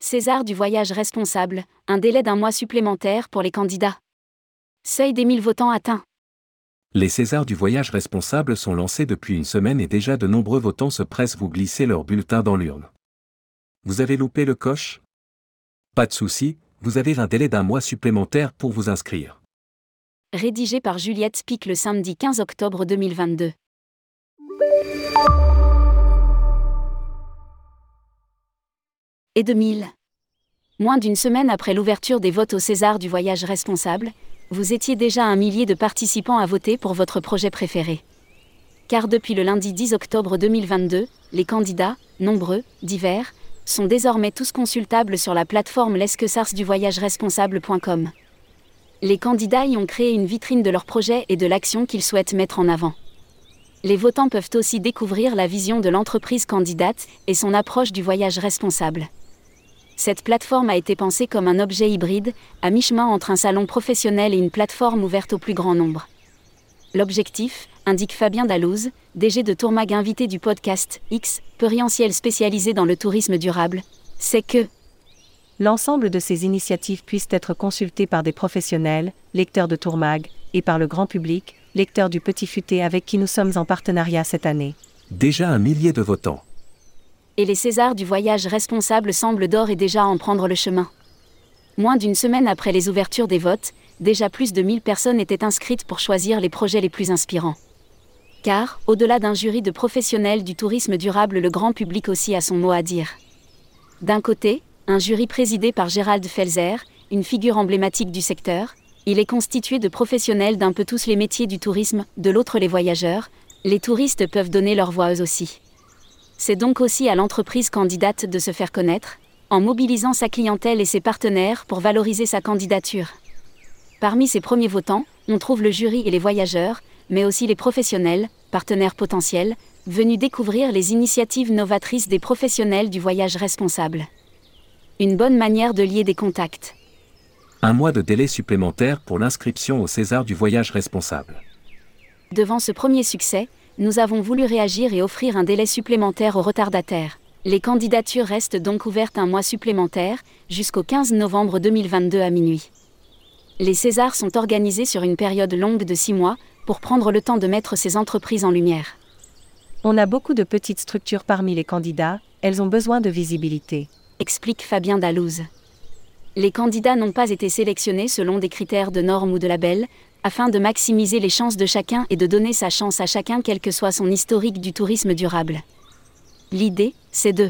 César du voyage responsable, un délai d'1 mois supplémentaire pour les candidats. Seuil des 1000 votants atteint. Les Césars du voyage responsable sont lancés depuis une semaine et déjà de nombreux votants se pressent vous glisser leur bulletin dans l'urne. Vous avez loupé le coche ? Pas de souci, vous avez un délai d'1 mois supplémentaire pour vous inscrire. Rédigé par Juliette Spic le samedi 15 octobre 2022. Et 2000. Moins d'une semaine après l'ouverture des votes au César du voyage responsable, vous étiez déjà 1 millier de participants à voter pour votre projet préféré. Car depuis le lundi 10 octobre 2022, les candidats, nombreux, divers, sont désormais tous consultables sur la plateforme lesquessarsduvoyageresponsable.com. Les candidats y ont créé une vitrine de leur projet et de l'action qu'ils souhaitent mettre en avant. Les votants peuvent aussi découvrir la vision de l'entreprise candidate et son approche du voyage responsable. Cette plateforme a été pensée comme un objet hybride, à mi-chemin entre un salon professionnel et une plateforme ouverte au plus grand nombre. L'objectif, indique Fabien Dallouz, DG de Tourmag invité du podcast X, pluriansiel spécialisé dans le tourisme durable, c'est que l'ensemble de ces initiatives puissent être consultées par des professionnels, lecteurs de Tourmag, et par le grand public, lecteurs du Petit Futé avec qui nous sommes en partenariat cette année. Déjà 1 millier de votants. Et les Césars du voyage responsable semblent d'ores et déjà en prendre le chemin. Moins d'une semaine après les ouvertures des votes, déjà plus de 1000 personnes étaient inscrites pour choisir les projets les plus inspirants. Car, au-delà d'un jury de professionnels du tourisme durable, le grand public aussi a son mot à dire. D'un côté, un jury présidé par Gérald Felzer, une figure emblématique du secteur. Il est constitué de professionnels d'un peu tous les métiers du tourisme, de l'autre les voyageurs. Les touristes peuvent donner leur voix eux aussi. C'est donc aussi à l'entreprise candidate de se faire connaître, en mobilisant sa clientèle et ses partenaires pour valoriser sa candidature. Parmi ces premiers votants, on trouve le jury et les voyageurs, mais aussi les professionnels, partenaires potentiels, venus découvrir les initiatives novatrices des professionnels du voyage responsable. Une bonne manière de lier des contacts. 1 mois de délai supplémentaire pour l'inscription au César du voyage responsable. Devant ce premier succès, nous avons voulu réagir et offrir un délai supplémentaire aux retardataires. Les candidatures restent donc ouvertes 1 mois supplémentaire, jusqu'au 15 novembre 2022 à minuit. Les Césars sont organisés sur une période longue de 6 mois, pour prendre le temps de mettre ces entreprises en lumière. On a beaucoup de petites structures parmi les candidats, elles ont besoin de visibilité, explique Fabien Dallouz. Les candidats n'ont pas été sélectionnés selon des critères de normes ou de labels, afin de maximiser les chances de chacun et de donner sa chance à chacun quel que soit son historique du tourisme durable. L'idée, c'est de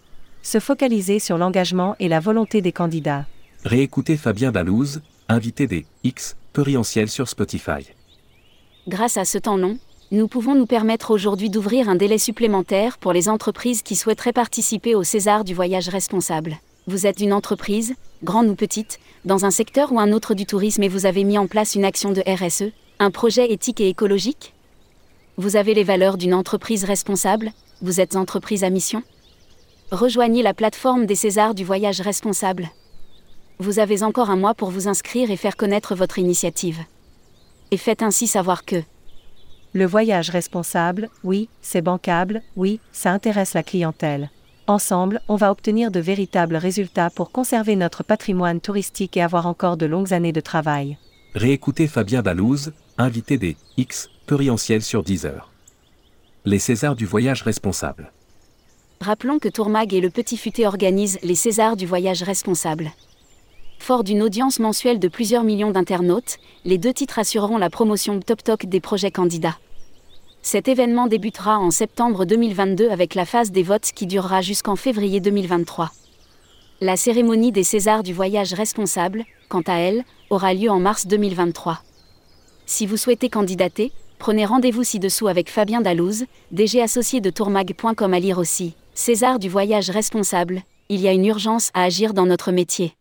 se focaliser sur l'engagement et la volonté des candidats. Réécoutez Fabien Dallouz, invité des X, pluriansiel sur Spotify. Grâce à ce temps long, nous pouvons nous permettre aujourd'hui d'ouvrir un délai supplémentaire pour les entreprises qui souhaiteraient participer au César du voyage responsable. Vous êtes une entreprise, grande ou petite, dans un secteur ou un autre du tourisme et vous avez mis en place une action de RSE, un projet éthique et écologique ? Vous avez les valeurs d'une entreprise responsable ? Vous êtes entreprise à mission ? Rejoignez la plateforme des Césars du voyage responsable. Vous avez encore 1 mois pour vous inscrire et faire connaître votre initiative. Et faites ainsi savoir que le voyage responsable, oui, c'est bancable, oui, ça intéresse la clientèle. Ensemble, on va obtenir de véritables résultats pour conserver notre patrimoine touristique et avoir encore de longues années de travail. Réécoutez Fabien Dallouz, invité des X, pluriansiel sur Deezer. Les Césars du voyage responsable. Rappelons que Tourmag et le Petit Futé organisent les Césars du voyage responsable. Fort d'une audience mensuelle de plusieurs millions d'internautes, les 2 titres assureront la promotion top-toc des projets candidats. Cet événement débutera en septembre 2022 avec la phase des votes qui durera jusqu'en février 2023. La cérémonie des Césars du voyage responsable, quant à elle, aura lieu en mars 2023. Si vous souhaitez candidater, prenez rendez-vous ci-dessous avec Fabien Dallouz, DG associé de Tourmag.com. À lire aussi, César du voyage responsable, il y a une urgence à agir dans notre métier.